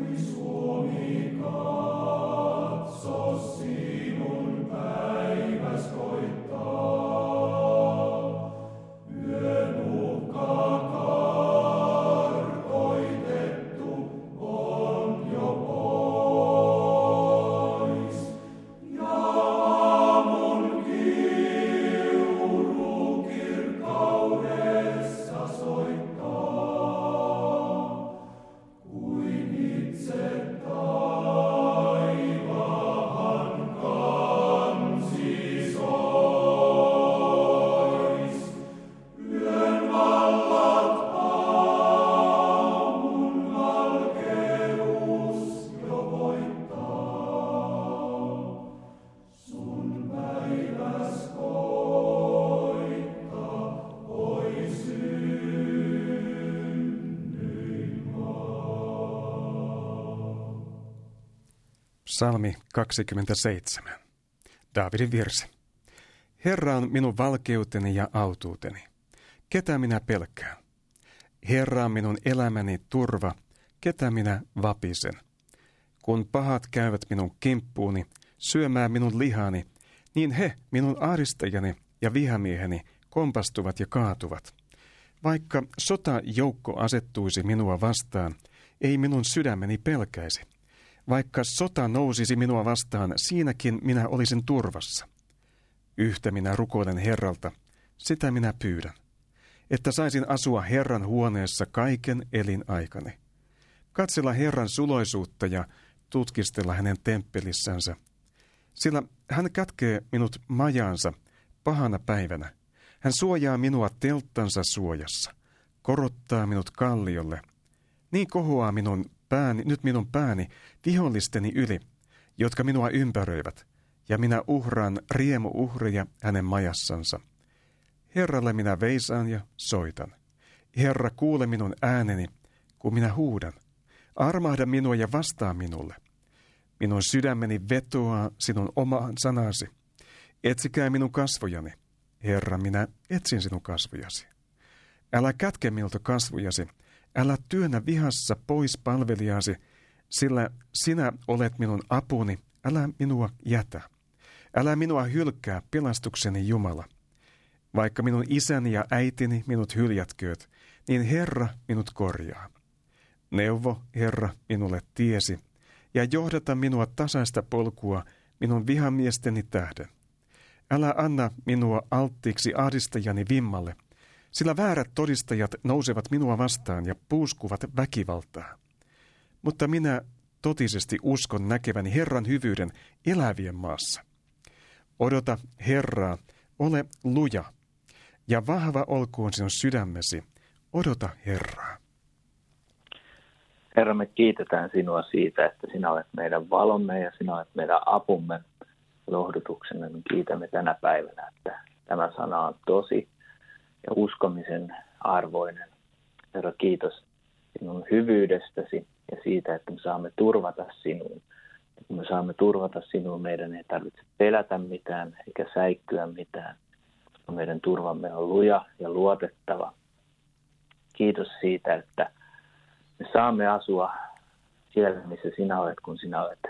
Psalmi 27. Daavidin virsi. Herra on minun valkeuteni ja autuuteni. Ketä minä pelkään? Herra on minun elämäni turva. Ketä minä vapisen? Kun pahat käyvät minun kimppuuni, syömään minun lihani, niin he, minun ahdistajani ja vihamieheni, kompastuvat ja kaatuvat. Vaikka sotajoukko asettuisi minua vastaan, ei minun sydämeni pelkäisi. Vaikka sota nousisi minua vastaan, siinäkin minä olisin turvassa. Yhtä minä rukoilen Herralta, sitä minä pyydän, että saisin asua Herran huoneessa kaiken elinaikani. Katsella Herran suloisuutta ja tutkistella hänen temppelissänsä, sillä hän kätkee minut majaansa pahana päivänä. Hän suojaa minua telttansa suojassa, korottaa minut kalliolle. Niin kohoaa nyt minun pääni vihollisteni yli, jotka minua ympäröivät, ja minä uhraan riemuuhreja hänen majassansa. Herralle minä veisaan ja soitan. Herra, kuule minun ääneni, kun minä huudan. Armahda minua ja vastaa minulle. Minun sydämeni vetoaa sinun omaan sanasi. Etsikää minun kasvojani. Herra, minä etsin sinun kasvojasi. Älä kätke minulta kasvojasi. Älä työnnä vihassa pois palvelijasi, sillä sinä olet minun apuni. Älä minua jätä. Älä minua hylkää, pelastukseni Jumala. Vaikka minun isäni ja äitini minut hyljätkööt, niin Herra minut korjaa. Neuvo, Herra, minulle tiesi, ja johdata minua tasaista polkua minun vihamiesteni tähden. Älä anna minua alttiiksi ahdistajani vimmalle, sillä väärät todistajat nousevat minua vastaan ja puuskuvat väkivaltaa. Mutta minä totisesti uskon näkeväni Herran hyvyyden elävien maassa. Odota Herraa, ole luja, ja vahva olkoon sinun sydämesi. Odota Herraa. Herra, me kiitetään sinua siitä, että sinä olet meidän valomme ja sinä olet meidän apumme, lohdutuksemme. Me kiitämme tänä päivänä, että tämä sana on tosi ja uskomisen arvoinen. Herra, kiitos sinun hyvyydestäsi ja siitä, että me saamme turvata sinuun. Kun me saamme turvata sinuun, meidän ei tarvitse pelätä mitään eikä säikkyä mitään, koska meidän turvamme on luja ja luotettava. Kiitos siitä, että me saamme asua siellä, missä sinä olet, kun sinä olet.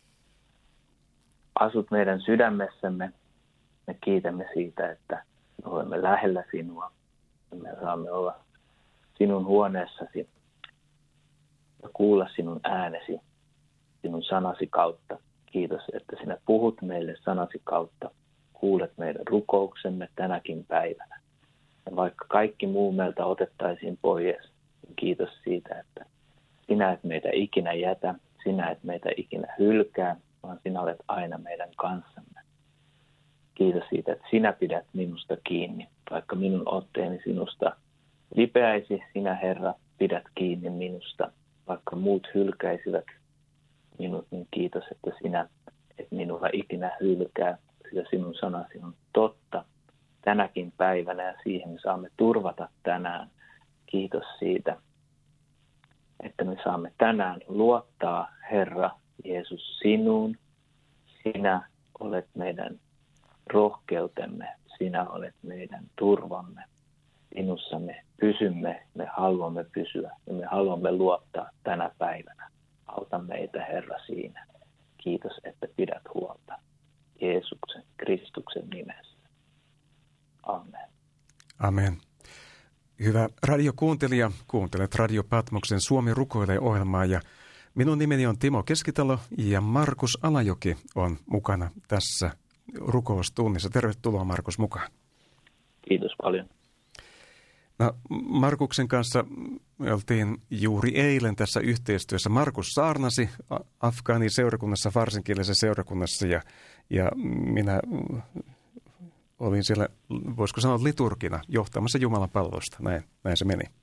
Asut meidän sydämessämme. Me kiitämme siitä, että me olemme lähellä sinua. Me saamme olla sinun huoneessasi ja kuulla sinun äänesi, sinun sanasi kautta. Kiitos, että sinä puhut meille sanasi kautta. Kuulet meidän rukouksemme tänäkin päivänä. Ja vaikka kaikki muu meiltä otettaisiin pois, niin kiitos siitä, että sinä et meitä ikinä jätä, sinä et meitä ikinä hylkää, vaan sinä olet aina meidän kanssamme. Kiitos siitä, että sinä pidät minusta kiinni. Vaikka minun otteeni sinusta lipeäisi, sinä Herra pidät kiinni minusta. Vaikka muut hylkäisivät minut, niin kiitos, että sinä et minulla ikinä hylkää. Sillä sinun sanasi on totta tänäkin päivänä ja siihen me saamme turvata tänään. Kiitos siitä, että me saamme tänään luottaa, Herra Jeesus, sinuun. Sinä olet meidän rohkeutemme, sinä olet meidän turvamme. Sinussa me pysymme, me haluamme pysyä ja me haluamme luottaa tänä päivänä. Auta meitä, Herra, siinä. Kiitos, että pidät huolta Jeesuksen, Kristuksen nimessä. Amen. Amen. Hyvä radiokuuntelija, kuuntelet Radio Patmoksen Suomi rukoilee -ohjelmaa ja minun nimeni on Timo Keskitalo ja Markus Alajoki on mukana tässä rukoustunnissa. Tervetuloa, Markus, mukaan. Kiitos paljon. No, Markuksen kanssa me oltiin juuri eilen tässä yhteistyössä. Markus saarnasi Afgaanin seurakunnassa, farsinkielisessä seurakunnassa ja minä olin siellä, voisiko sanoa, liturgina johtamassa Jumalan palvelusta. Näin se meni.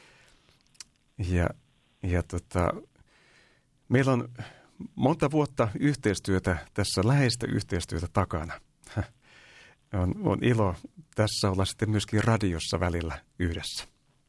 Meillä on monta vuotta yhteistyötä, tässä läheistä yhteistyötä takana. On ilo tässä olla sitten myöskin radiossa välillä yhdessä.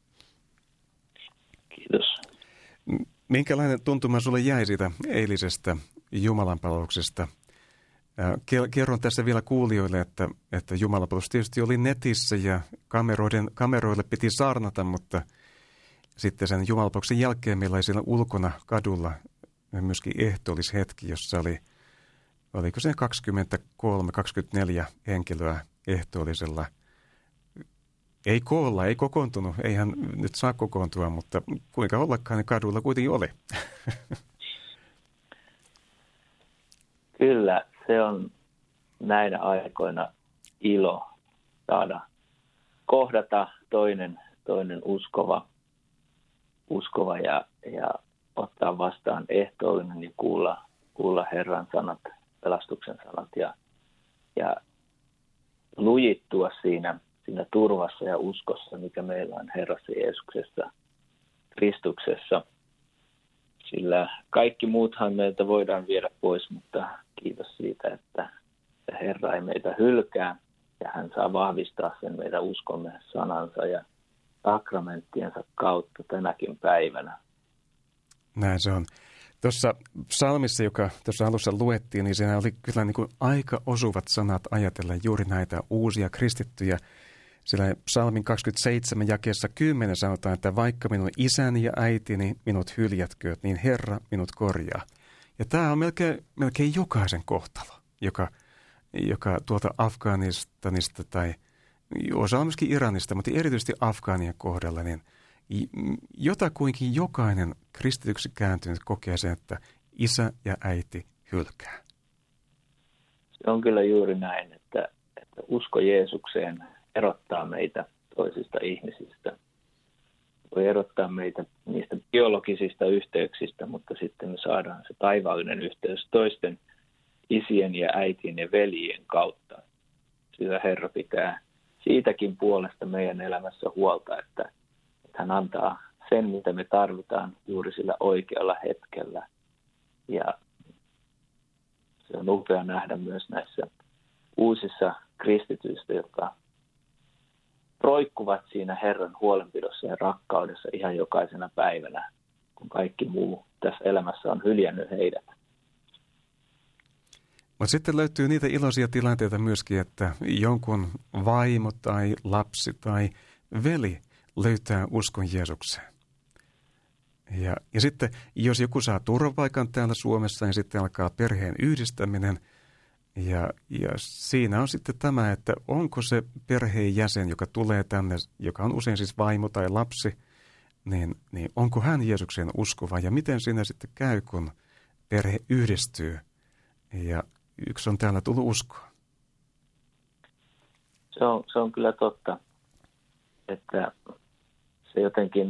Kiitos. Minkälainen tuntuma sulle jäi siitä eilisestä jumalanpalveluksesta? Kerron tässä vielä kuulijoille, että jumalanpalvelus tietysti oli netissä ja kameroille piti saarnata, mutta sitten sen jumalanpalveluksen jälkeen meillä oli siellä ulkona kadulla myöskin ehtoollishetki, jossa oliko se 23-24 henkilöä ehtoollisella. Ei koolla, ei kokoontunut, eihän nyt saa kokoontua, mutta kuinka ollakaan niin kadulla kuitenkin oli. Kyllä, se on näinä aikoina ilo saada kohdata toinen uskova ja ottaa vastaan ehtoollinen ja kuulla Herran sanat, pelastuksen sanat ja lujittua siinä turvassa ja uskossa, mikä meillä on Herrassa Jeesuksessa, Kristuksessa. Sillä kaikki muuthan meiltä voidaan viedä pois, mutta kiitos siitä, että Herra ei meitä hylkää ja hän saa vahvistaa sen meidän uskomme sanansa ja sakramenttiensa kautta tänäkin päivänä. Näin se on. Tuossa psalmissa, joka tuossa alussa luettiin, niin siinä oli kyllä niin kuin aika osuvat sanat ajatella juuri näitä uusia kristittyjä. Sillä psalmin 27 jakeessa 10 sanotaan, että vaikka minun isäni ja äitini minut hyljätkööt, niin Herra minut korjaa. Ja tämä on melkein jokaisen kohtalo, joka tuolta Afganistanista tai osa on myöskin Iranista, mutta erityisesti Afgaanien kohdalla, niin jotakuinkin jokainen kristityksi kääntynyt kokee sen, että isä ja äiti hylkää. Se on kyllä juuri näin, että usko Jeesukseen erottaa meitä toisista ihmisistä. Voi erottaa meitä niistä biologisista yhteyksistä, mutta sitten me saadaan se taivaallinen yhteys toisten isien ja äitien ja veljien kautta. Sillä Herra pitää siitäkin puolesta meidän elämässä huolta, että hän antaa sen, mitä me tarvitaan juuri sillä oikealla hetkellä. Ja se on upea nähdä myös näissä uusissa kristityistä, jotka roikkuvat siinä Herran huolenpidossa ja rakkaudessa ihan jokaisena päivänä, kun kaikki muu tässä elämässä on hyljännyt heidät. Mutta sitten löytyy niitä iloisia tilanteita myöskin, että jonkun vaimo tai lapsi tai veli löytää uskon Jeesukseen. Ja sitten, jos joku saa turvapaikan täällä Suomessa, niin sitten alkaa perheen yhdistäminen. Ja siinä on sitten tämä, että onko se perheenjäsen, joka tulee tänne, joka on usein siis vaimo tai lapsi, niin onko hän Jeesukseen uskova? Ja miten siinä sitten käy, kun perhe yhdistyy ja yksi on täällä tullut uskoa? Se on kyllä totta, että se jotenkin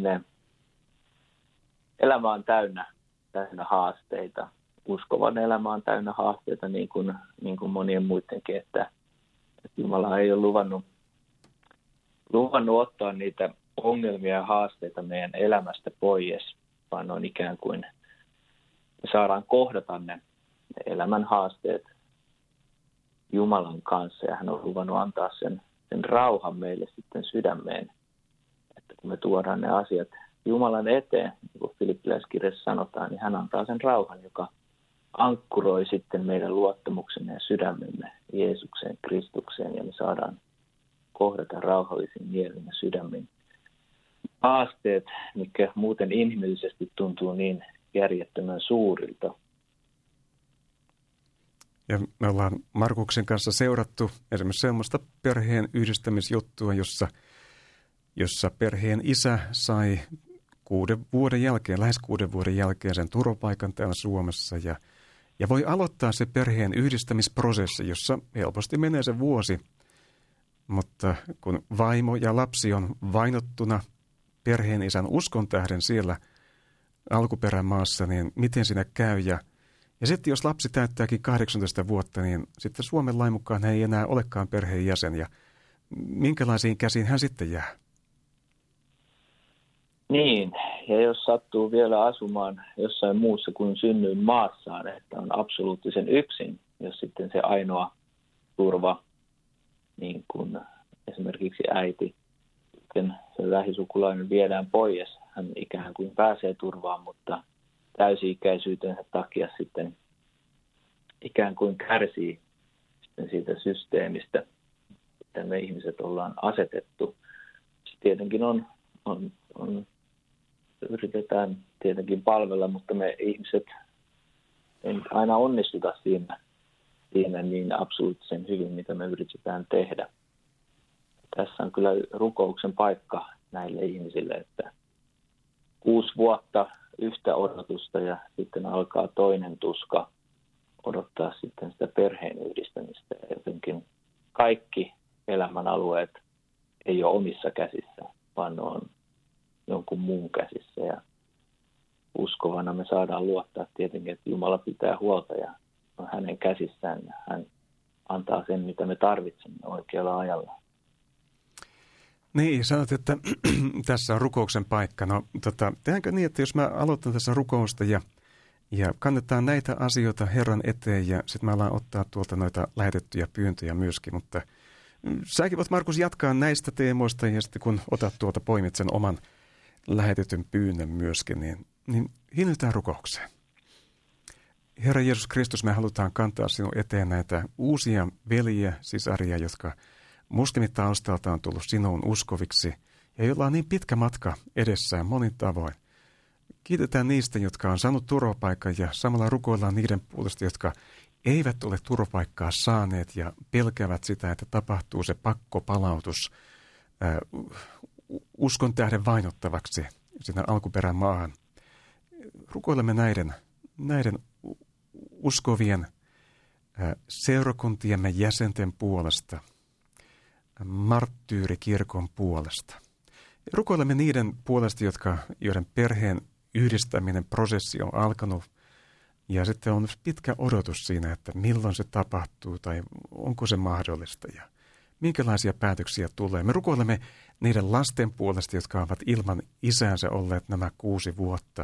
elämä on täynnä haasteita. Uskovan elämä on täynnä haasteita niin kuin monien muidenkin, että Jumala ei ole luvannut ottaa niitä ongelmia ja haasteita meidän elämästä pois, vaan on ikään kuin me saadaan kohdata ne elämän haasteet Jumalan kanssa ja hän on luvannut antaa sen rauhan meille sitten sydämeen, että kun me tuodaan ne asiat Jumalan eteen, niin kuin Filippiläiskirjassa sanotaan, niin hän antaa sen rauhan, joka ankkuroi sitten meidän luottamuksemme ja sydämemme Jeesukseen, Kristukseen, ja me saadaan kohdata rauhallisin mielin ja sydämin haasteet, mikä muuten inhimillisesti tuntuu niin järjettömän suurilta. Ja me ollaan Markuksen kanssa seurattu esimerkiksi sellaista perheen yhdistämisjuttua, jossa perheen isä sai 6 vuoden jälkeen, lähes 6 vuoden jälkeen sen turvapaikan täällä Suomessa. Ja voi aloittaa se perheen yhdistämisprosessi, jossa helposti menee se vuosi. Mutta kun vaimo ja lapsi on vainottuna perheen isän uskon tähden siellä alkuperämaassa, niin miten siinä käy? Ja sitten jos lapsi täyttääkin 18 vuotta, niin sitten Suomen lain mukaan hän ei enää olekaan perheen jäsen. Ja minkälaisiin käsiin hän sitten jää? Niin, ja jos sattuu vielä asumaan jossain muussa kuin synnyin maassaan, että on absoluuttisen yksin, jos sitten se ainoa turva, niin kuin esimerkiksi äiti, sitten se lähisukulainen viedään pois, hän ikään kuin pääsee turvaan, mutta täysi-ikäisyytensä takia sitten ikään kuin kärsii sitten siitä systeemistä, mitä me ihmiset ollaan asetettu. Se tietenkin on yritetään tietenkin palvella, mutta me ihmiset ei aina onnistuta siinä niin absoluuttisen hyvin, mitä me yritetään tehdä. Tässä on kyllä rukouksen paikka näille ihmisille, että 6 vuotta yhtä odotusta ja sitten alkaa toinen tuska odottaa sitten sitä perheen yhdistämistä. Jotenkin kaikki elämän alueet ei ole omissa käsissä, vaan ne on jonkun muun käsissä. Ja uskovana me saadaan luottaa tietenkin, että Jumala pitää huolta ja on hänen käsissään ja hän antaa sen, mitä me tarvitsemme oikealla ajalla. Niin, sanot, että tässä on rukouksen paikka. No, tehdäänkö niin, että jos mä aloitan tässä rukousta ja kannetaan näitä asioita Herran eteen ja sitten mä alan ottaa tuolta noita lähetettyjä pyyntöjä myöskin, mutta säkin voit, Markus, jatkaa näistä teemoista ja sitten kun otat tuolta, poimit sen oman lähetetyn pyynnön myöskin, niin hinnytään rukoukseen. Herra Jeesus Kristus, me halutaan kantaa sinun eteen näitä uusia veljiä, sisaria, jotka muslimitaustalta on tullut sinuun uskoviksi ja joilla on niin pitkä matka edessään monin tavoin. Kiitetään niistä, jotka on saanut turvapaikan ja samalla rukoillaan niiden puolesta, jotka eivät ole turvapaikkaa saaneet ja pelkäävät sitä, että tapahtuu se pakkopalautus uskon tähden vainottavaksi sinne alkuperän maahan. Rukoilemme näiden uskovien seurakuntiemme jäsenten puolesta, marttyyrikirkon puolesta. Rukoilemme niiden puolesta, joiden perheen yhdistäminen prosessi on alkanut ja sitten on pitkä odotus siinä, että milloin se tapahtuu tai onko se mahdollista ja minkälaisia päätöksiä tulee. Me rukoilemme niiden lasten puolesta, jotka ovat ilman isäänsä olleet nämä 6 vuotta.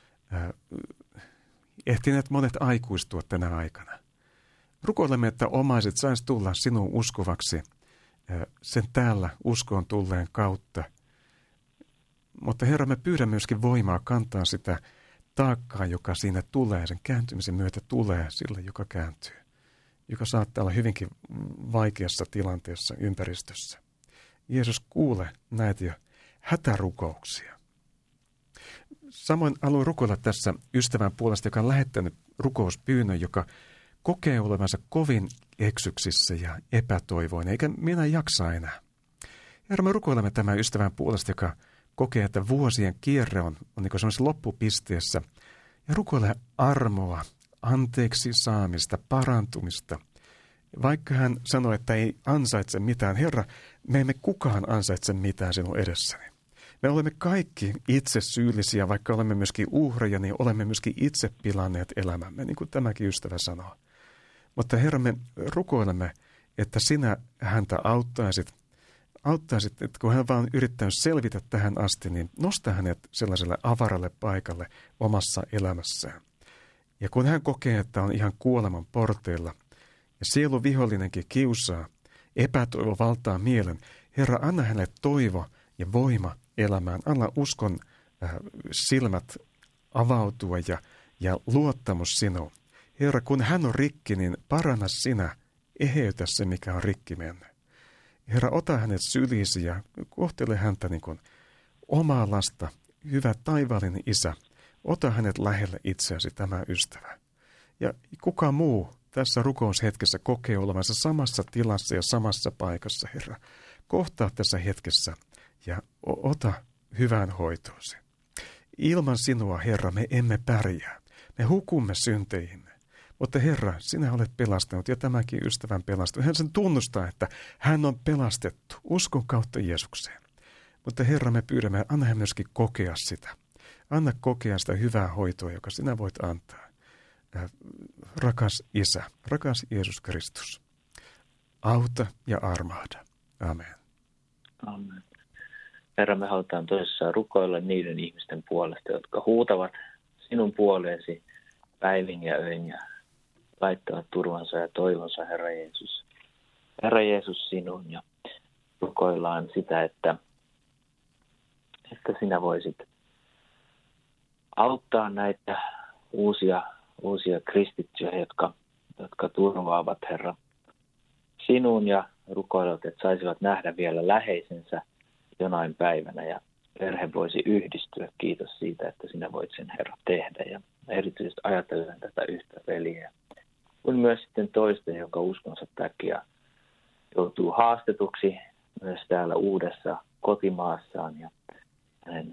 Ehtineet monet aikuistua tänä aikana. Rukoilemme, että omaiset saisi tulla sinun uskovaksi sen täällä uskoon tulleen kautta. Mutta Herra, me pyydän myöskin voimaa kantaa sitä taakkaa, joka siinä tulee, sen kääntymisen myötä tulee sille, joka kääntyy, joka saattaa olla hyvinkin vaikeassa tilanteessa ympäristössä. Jeesus, kuule näitä jo hätärukouksia. Samoin haluan rukoilla tässä ystävän puolesta, joka on lähettänyt rukouspyynnön, joka kokee olevansa kovin eksyksissä ja epätoivoinen, eikä minä jaksa enää. Herra, me rukoilemme tämän ystävän puolesta, joka kokee, että vuosien kierre on niin kuin semmoisessa loppupisteessä, ja rukoilee armoa, anteeksi saamista, parantumista. Vaikka hän sanoi, että ei ansaitse mitään, Herra, me emme kukaan ansaitse mitään sinun edessäni. Me olemme kaikki itse syyllisiä, vaikka olemme myöskin uhreja, niin olemme myöskin itse pilanneet elämämme, niin kuin tämäkin ystävä sanoo. Mutta Herra, me rukoilemme, että sinä häntä auttaisit, että kun hän vaan yrittänyt selvitä tähän asti, niin nosta hänet sellaiselle avaralle paikalle omassa elämässään. Ja kun hän kokee, että on ihan kuoleman porteilla, ja sielun vihollinenkin kiusaa, epätoivo valtaa mielen, Herra, anna hänelle toivo ja voima elämään. Anna uskon silmät avautua ja luottamus sinuun. Herra, kun hän on rikki, niin paranna sinä, eheytä se, mikä on rikki mennyt. Herra, ota hänet syliisi ja kohtele häntä niin kuin omaa lasta, hyvä taivaallinen Isä. Ota hänet lähelle itseäsi, tämä ystävä. Ja kuka muu tässä rukoushetkessä kokee olevansa samassa tilassa ja samassa paikassa, Herra. Kohtaa tässä hetkessä ja ota hyvään hoitoosi. Ilman sinua, Herra, me emme pärjää. Me hukumme synteihimme. Mutta Herra, sinä olet pelastanut ja tämäkin ystävän pelastunut. Hän sen tunnustaa, että hän on pelastettu uskon kautta Jeesukseen. Mutta Herra, me pyydämme, anna hän myöskin kokea sitä. Anna kokea sitä hyvää hoitoa, joka sinä voit antaa. Rakas Isä, rakas Jeesus Kristus, auta ja armahda. Amen. Amen. Herra, me halutaan tosissaan rukoilla niiden ihmisten puolesta, jotka huutavat sinun puoleesi päivin ja öin ja laittavat turvansa ja toivonsa, Herra Jeesus. Herra Jeesus, sinun, ja rukoillaan sitä, että sinä voisit auttaa näitä uusia kristittyjä, jotka turvaavat, Herra, sinun, ja rukoilut, että saisivat nähdä vielä läheisensä jonain päivänä ja perhe voisi yhdistyä. Kiitos siitä, että sinä voit sen, Herra, tehdä, ja erityisesti ajatellen tätä yhtä veliä. Kun myös sitten toista, joka uskonsa takia joutuu haastetuksi myös täällä uudessa kotimaassaan, ja hänen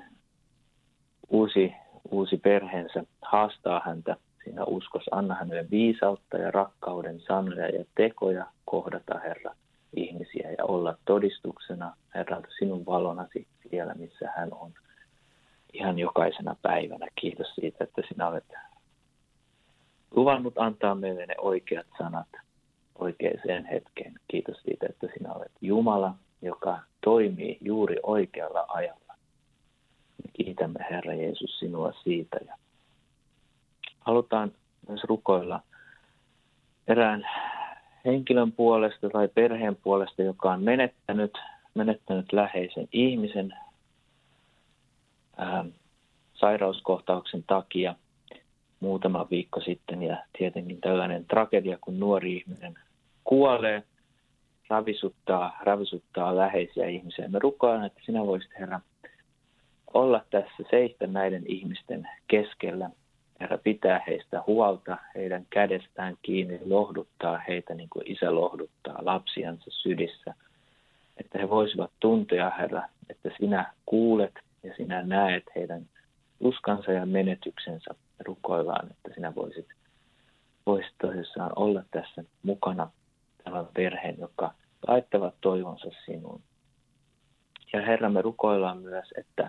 uusi perheensä haastaa häntä siinä uskossa. Anna hänelle viisautta ja rakkauden sanoja ja tekoja kohdata, Herra, ihmisiä ja olla todistuksena, Herra, sinun valonasi siellä, missä hän on ihan jokaisena päivänä. Kiitos siitä, että sinä olet luvannut antaa meille ne oikeat sanat oikeaan hetkeen. Kiitos siitä, että sinä olet Jumala, joka toimii juuri oikealla ajalla. Me kiitämme, Herra Jeesus, sinua siitä. Ja halutaan myös rukoilla erään henkilön puolesta tai perheen puolesta, joka on menettänyt läheisen ihmisen sairauskohtauksen takia muutama viikko sitten. Ja tietenkin tällainen tragedia, kun nuori ihminen kuolee, ravisuttaa läheisiä ihmisiä. Me rukoillaan, että sinä voisit, Herra, olla tässä, seistä näiden ihmisten keskellä. Herra, pitää heistä huolta, heidän kädestään kiinni, lohduttaa heitä niin kuin isä lohduttaa lapsiansa sydissä. Että he voisivat tuntea, Herra, että sinä kuulet ja sinä näet heidän tuskansa ja menetyksensä. Rukoillaan, että sinä voisit tosissaan olla tässä mukana tämän perheen, joka laittavat toivonsa sinuun. Ja Herra, me rukoillaan myös, että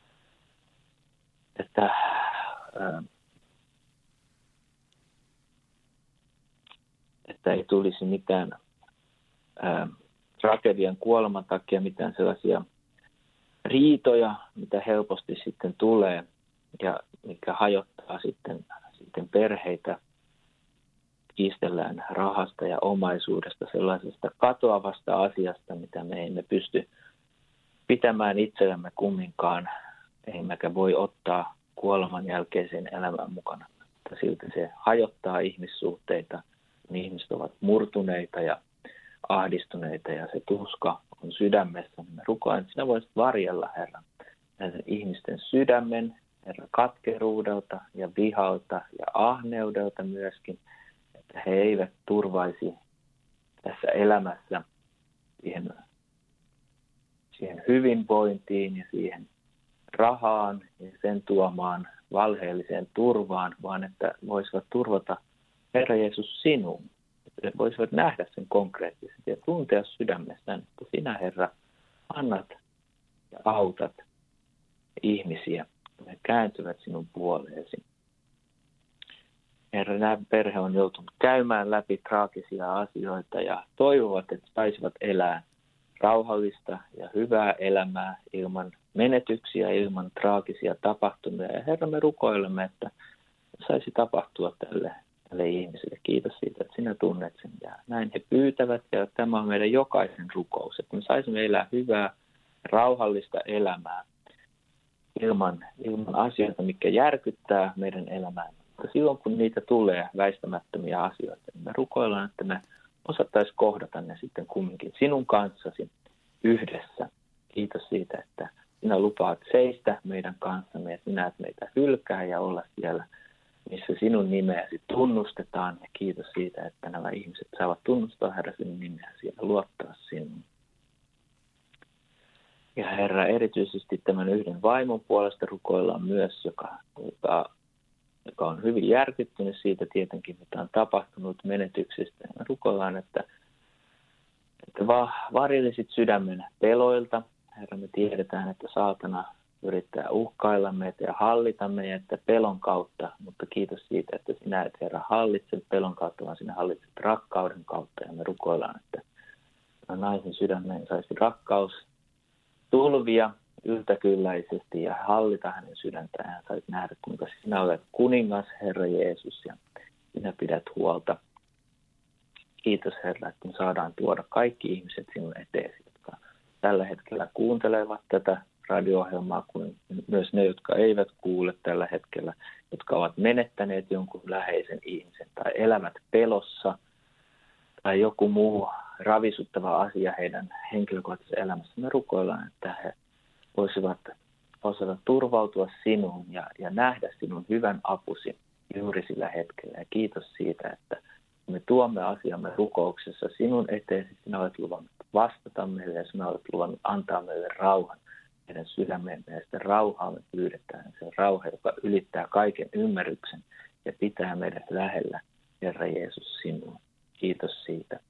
ei tulisi mitään tragedian kuoleman takia mitään sellaisia riitoja, mitä helposti sitten tulee ja mikä hajottaa sitten perheitä. Kiistellään rahasta ja omaisuudesta, sellaisesta katoavasta asiasta, mitä me emme pysty pitämään itsellämme kumminkaan, emmekä voi ottaa kuoleman jälkeiseen elämään mukana. Mutta silti se hajottaa ihmissuhteita, niin ihmiset ovat murtuneita ja ahdistuneita ja se tuska on sydämessä. Me rukoillaan, että sinä voisit varjella, Herra, näiden ihmisten sydämen, Herra, katkeruudelta ja vihalta ja ahneudelta myöskin, että he eivät turvaisi tässä elämässä siihen hyvinvointiin ja siihen rahaan ja sen tuomaan valheelliseen turvaan, vaan että voisivat turvata, Herra Jeesus, sinun. Että voisivat nähdä sen konkreettisesti ja tuntea sydämessään, että sinä, Herra, annat ja autat ihmisiä, ja he kääntyvät sinun puoleesi. Herra, nämä perhe on joutunut käymään läpi traagisia asioita ja toivovat, että saisivat elää rauhallista ja hyvää elämää ilman menetyksiä, ilman traagisia tapahtumia. Ja Herra, me rukoilemme, että saisi tapahtua tälle ihmiselle. Kiitos siitä, että sinä tunnet sen. Ja näin he pyytävät, ja tämä on meidän jokaisen rukous, että me saisimme elää hyvää, rauhallista elämää ilman asioita, mikä järkyttää meidän elämää. Mutta silloin, kun niitä tulee väistämättömiä asioita, niin me rukoillaan, että me osattaisiin kohdata ne sitten kumminkin sinun kanssasi yhdessä. Kiitos siitä, että sinä lupaat seistä meidän kanssamme ja sinä et meitä hylkää ja olla siellä, missä sinun nimeäsi tunnustetaan. Ja kiitos siitä, että nämä ihmiset saavat tunnustaa, Herra, sinun nimeäsi ja luottaa sinuun. Ja Herra, erityisesti tämän yhden vaimon puolesta rukoillaan myös, joka on hyvin järkyttynyt siitä tietenkin, mitä on tapahtunut menetyksistä. Ja rukoillaan, että varjelisit sydämen peloilta. Herra, me tiedetään, että saatana yrittää uhkailla meitä ja hallita meitä pelon kautta, mutta kiitos siitä, että sinä et, Herra, hallitse pelon kautta, vaan sinä hallitset rakkauden kautta. Ja me rukoillaan, että naisen sydämeen saisi rakkaus tulvia yltäkylläisesti ja hallita hänen sydäntään. Hän saisi nähdä, kuinka sinä olet kuningas, Herra Jeesus, ja sinä pidät huolta. Kiitos, Herra, että me saadaan tuoda kaikki ihmiset sinun eteesi, jotka tällä hetkellä kuuntelevat tätä radio-ohjelmaa, kuin myös ne, jotka eivät kuule tällä hetkellä, jotka ovat menettäneet jonkun läheisen ihmisen tai elävät pelossa tai joku muu ravisuttava asia heidän henkilökohtaisessa elämässä. Me rukoillaan, että he voisivat osata turvautua sinuun ja nähdä sinun hyvän apusi juuri sillä hetkellä. Ja kiitos siitä, että me tuomme asiamme rukouksessa sinun eteesi. Sinä olet luvannut vastata meille ja sinä olet luvannut antaa meille rauhan meidän sydämeemme. Ja sitä rauhaa me pyydetään. Se rauha, joka ylittää kaiken ymmärryksen ja pitää meidät lähellä, Herra Jeesus, sinua. Kiitos siitä.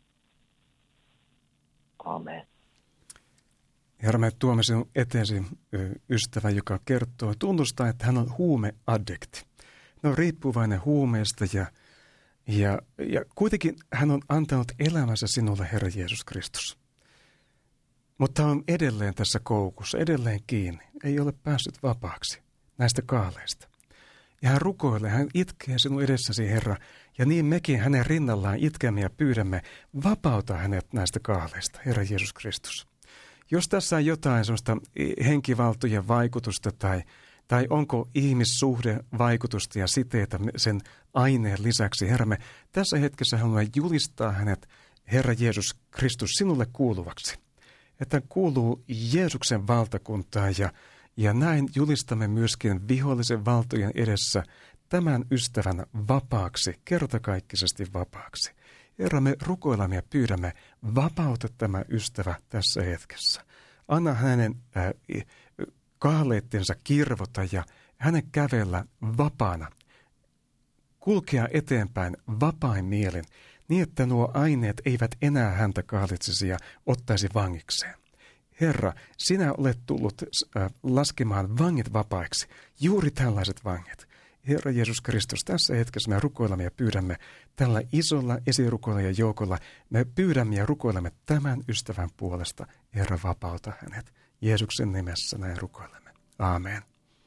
Amen. Herra, me tuomme sinun eteesi ystävä, joka tunnustaa, että hän on huumeaddikti. Hän on riippuvainen huumeesta ja kuitenkin hän on antanut elämänsä sinulle, Herra Jeesus Kristus. Mutta hän on edelleen tässä koukussa, edelleen kiinni. Ei ole päässyt vapaaksi näistä kaaleista. Ja hän rukoilee, hän itkee sinun edessäsi, Herra, ja niin mekin hänen rinnallaan itkemme ja pyydämme, vapauta hänet näistä kaaleista, Herra Jeesus Kristus. Jos tässä on jotain sellaista henkivaltojen vaikutusta tai onko ihmissuhdevaikutusta ja siteitä sen aineen lisäksi, Herra, me tässä hetkessä haluamme julistaa hänet, Herra Jeesus Kristus, sinulle kuuluvaksi. Että hän kuuluu Jeesuksen valtakuntaan ja näin julistamme myöskin vihollisen valtojen edessä tämän ystävän vapaaksi, kertakaikkisesti vapaaksi. Herra, me rukoilemme ja pyydämme, vapauta tämä ystävä tässä hetkessä. Anna hänen kaaleittensa kirvota ja hänen kävellä vapaana. Kulkea eteenpäin vapain mielin, niin että nuo aineet eivät enää häntä kaalitsisi ja ottaisi vangikseen. Herra, sinä olet tullut laskemaan vangit vapaiksi, juuri tällaiset vangit. Herra Jeesus Kristus, tässä hetkessä me rukoilemme ja pyydämme tällä isolla esirukoilijajoukolla, me pyydämme ja rukoilemme tämän ystävän puolesta. Herra, vapauta hänet. Jeesuksen nimessä näin rukoilemme. Aamen.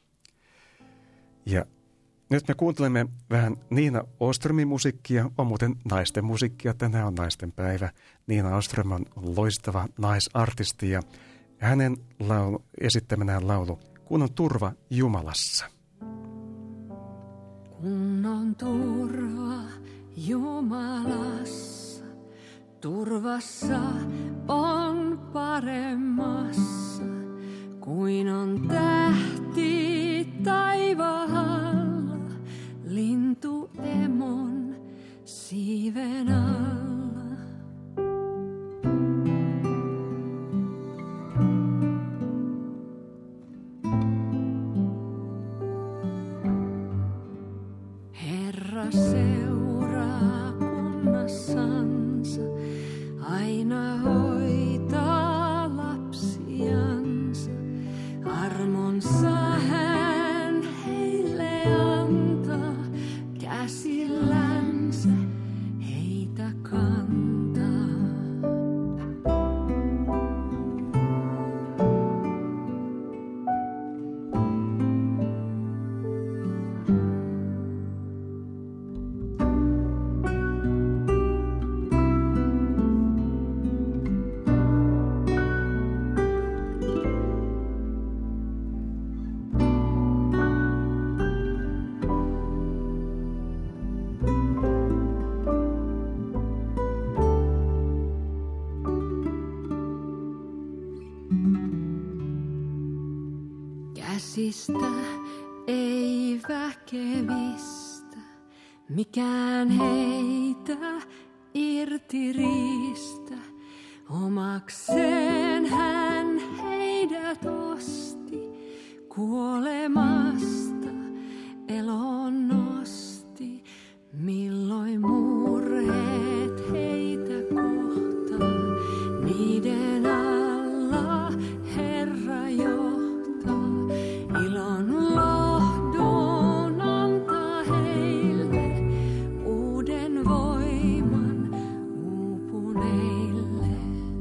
Ja nyt me kuuntelemme vähän Niina Åströmin musiikkia. On muuten naisten musiikkia. Tänään on naisten päivä. Niina Åström on loistava naisartisti ja hänen esittämänään laulu Kun on turva Jumalassa. Kun on turva Jumalassa, turvassa on paremmassa, kuin on tähti taivaalla, lintu emon siiven alla. Herra seuraa kunnassansa, aina hoitaa lapsiansa. Armonsa hän heille antaa, käsillänsä heitä kantaa. Niistä ei väkevistä mikään heitä irti riistä. Omakseen hän heidät osti, kuolemasta elon nosti. Milloin murheet heitä kohtaa, niiden alla Herra johtaa. Ilon lohdun antaa heille, uuden voiman uupuneille.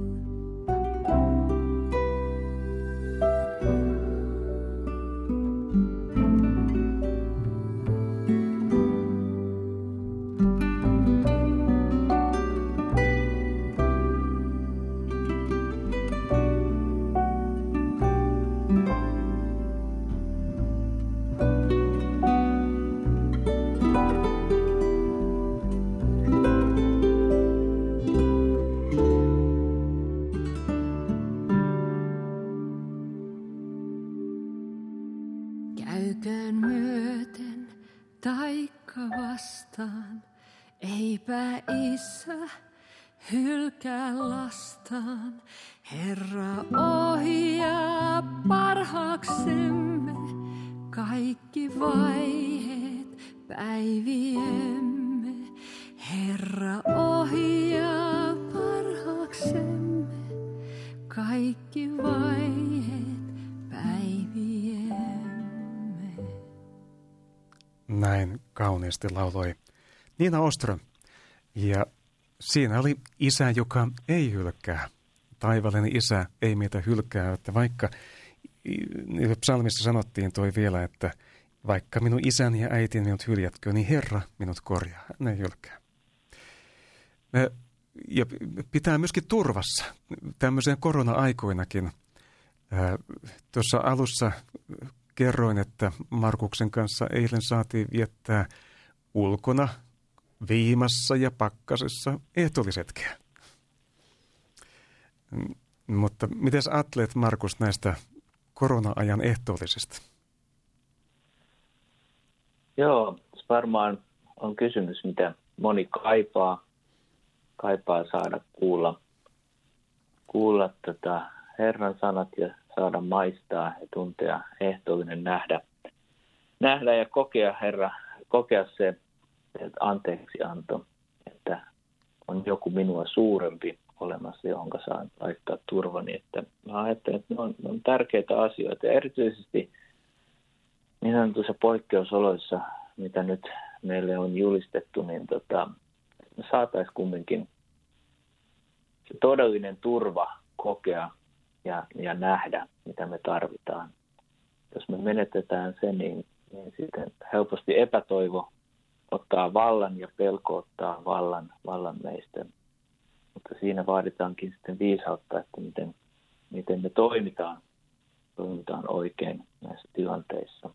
Käyköön myöten taikka vastaan, eipä Isä hylkää lastaan. Herra ohjaa parhaaksemme kaikki vaiheet päiviemme. Herra ohjaa parhaaksemme kaikki vaiheet päiviemme. Näin kauniisti lauloi Nina Åström. Ja siinä oli Isä, joka ei hylkää. Taivallinen Isä ei meitä hylkää, että vaikka psalmissa sanottiin toi vielä, että vaikka minun isäni ja äitini minut hyljätkö, niin Herra minut korjaa. Hän ei hylkää. Ja pitää myöskin turvassa tämmöisen korona-aikoinakin. Tuossa alussa kerroin, että Markuksen kanssa eilen saatiin viettää ulkona, viimassa ja pakkasessa ehtoollishetkeä. Mutta miten ajattelet, Markus, näistä korona-ajan ehtoollisista? Joo, se varmaan on kysymys, mitä moni kaipaa saada kuulla Herran sanat ja saada maistaa ja tuntea ehtoollinen nähdä ja kokea se anteeksianto, että on joku minua suurempi olemassa, johon saan laittaa turvani. Että mä ajattelen, että ne on tärkeitä asioita ja erityisesti niin sanotuissa poikkeusoloissa, mitä nyt meille on julistettu, niin me saataisiin kumminkin se todellinen turva kokea ja nähdä, mitä me tarvitaan. Jos me menetetään se, niin sitten helposti epätoivo ottaa vallan ja pelko ottaa vallan meistä. Mutta siinä vaaditaankin sitten viisautta, että miten me toimitaan oikein näissä tilanteissa.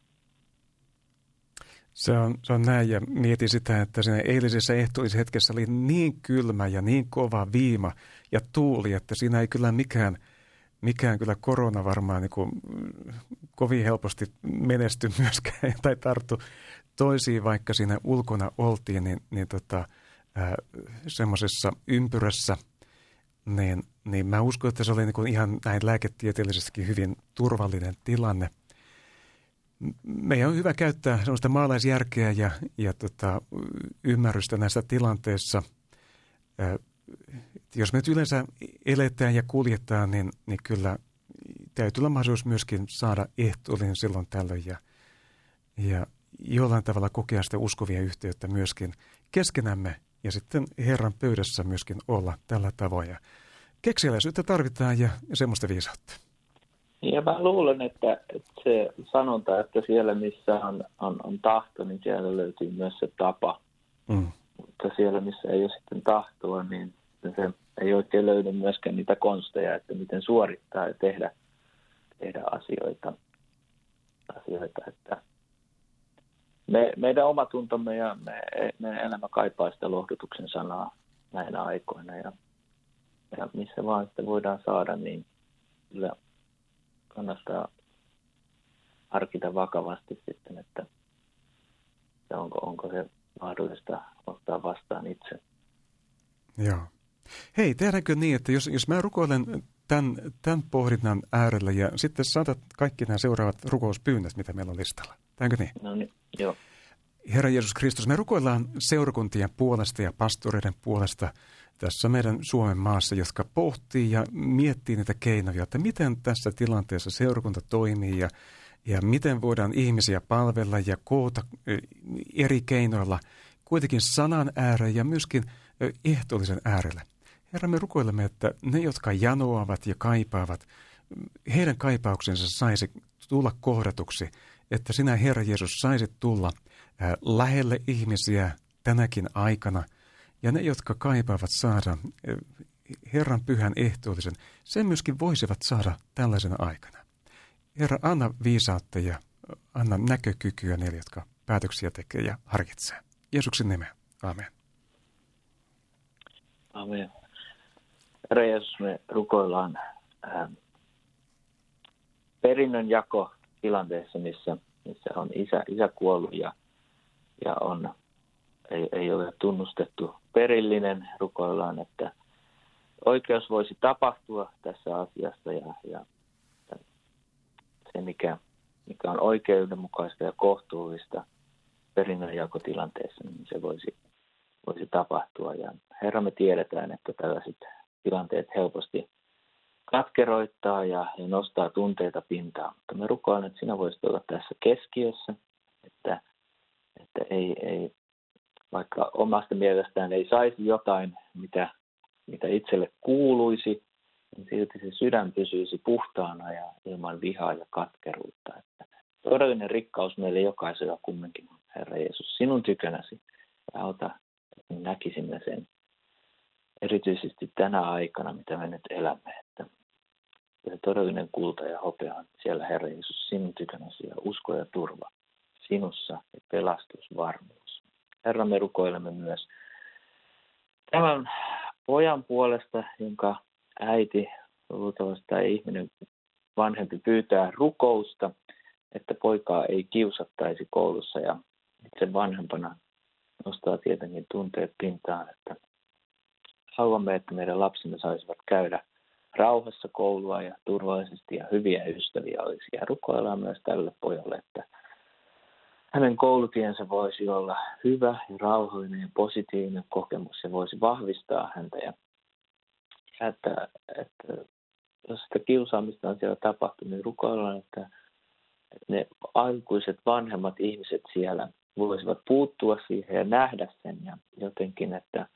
Se on näin, ja mietin sitä, että siinä eilisessä ehtoollishetkessä oli niin kylmä ja niin kova viima ja tuuli, että siinä ei kyllä mikään kyllä korona varmaan niin kuin kovin helposti menesty myöskään tai tarttu toisiin, vaikka siinä ulkona oltiin, niin semmoisessa ympyrässä, niin mä uskon, että se oli niin kuin ihan näin lääketieteellisestikin hyvin turvallinen tilanne. Meidän on hyvä käyttää sellaista maalaisjärkeä ja ymmärrystä näissä tilanteissa. Jos me nyt yleensä eletään ja kuljetaan, niin kyllä täytyy olla mahdollisuus myöskin saada ehtoollinen silloin tällöin ja jollain tavalla kokea sitä uskovia yhteyttä myöskin keskenämme ja sitten Herran pöydässä myöskin olla tällä tavoin. Ja kekseliäisyyttä tarvitaan ja semmoista viisautta. Ja mä luulen, että se sanonta, että siellä missä on tahto, niin siellä löytyy myös se tapa. Mutta siellä missä ei ole sitten tahtoa, niin se ei oikein löydy myöskään niitä konsteja, että miten suorittaa ja tehdä asioita. Että meidän omatuntomme ja meidän elämä kaipaa sitä lohdutuksen sanaa näinä aikoina. Ja missä vaan sitä voidaan saada, niin kyllä kannattaa harkita vakavasti sitten, että onko se mahdollista ottaa vastaan itse. Joo. Hei, tehdäänkö niin, että jos mä rukoilen tämän pohdinnan äärellä ja sitten saatat kaikki nämä seuraavat rukouspyynnöt, mitä meillä on listalla. Tehdäänkö niin? No niin, joo. Herra Jeesus Kristus, me rukoillaan seurakuntien puolesta ja pastoreiden puolesta tässä meidän Suomen maassa, jotka pohtii ja miettii niitä keinoja, että miten tässä tilanteessa seurakunta toimii ja miten voidaan ihmisiä palvella ja koota eri keinoilla kuitenkin sanan ääreen ja myöskin ehtoollisen äärellä. Herra, me rukoilemme, että ne, jotka janoavat ja kaipaavat, heidän kaipauksensa saisi tulla kohdatuksi, että sinä, Herra Jeesus, saisit tulla lähelle ihmisiä tänäkin aikana. Ja ne, jotka kaipaavat saada Herran pyhän ehtoollisen, sen myöskin voisivat saada tällaisena aikana. Herra, anna viisautta ja anna näkökykyä niille, jotka päätöksiä tekee ja harkitsee. Jeesuksen nimeen. Amen. Amen. Herra Jeesus, me rukoillaan perinnön jako tilanteessa, missä on isä kuollut ja ei ole tunnustettu perillinen. Rukoillaan, että oikeus voisi tapahtua tässä asiassa ja se, mikä on oikeudenmukaista ja kohtuullista perinnönjakotilanteessa, niin se voisi tapahtua. Ja Herra, me tiedetään, että tällaiset tilanteet helposti katkeroittaa ja nostaa tunteita pintaan. Mutta me rukoilen, että sinä voisit olla tässä keskiössä, että ei vaikka omasta mielestään ei saisi jotain, mitä itselle kuuluisi, niin silti se sydän pysyisi puhtaana ja ilman vihaa ja katkeruutta. Että todellinen rikkaus meille jokaisella kumminkin on, Herra Jeesus, sinun tykönäsi. Ja auta, että näkisimme sen erityisesti tänä aikana, mitä me nyt elämme. Että se todellinen kulta ja hopea on siellä, Herra Jeesus, sinun tykönäsi ja usko ja turva sinussa ja pelastusvarmuus. Herra, me rukoilemme myös tämän pojan puolesta, jonka äiti luultavasti tai ihminen vanhempi pyytää rukousta, että poikaa ei kiusattaisi koulussa ja itse vanhempana nostaa tietenkin tunteet pintaan, että haluamme, että meidän lapsemme saisivat käydä rauhassa koulua ja turvallisesti ja hyviä ystäviä olisi. Ja rukoillaan myös tälle pojalle, että hänen koulutiensä voisi olla hyvä ja rauhallinen ja positiivinen kokemus ja voisi vahvistaa häntä. Ja että jos sitä kiusaamista on siellä tapahtunut, niin rukoillaan, että ne aikuiset vanhemmat ihmiset siellä voisivat puuttua siihen ja nähdä sen ja jotenkin, että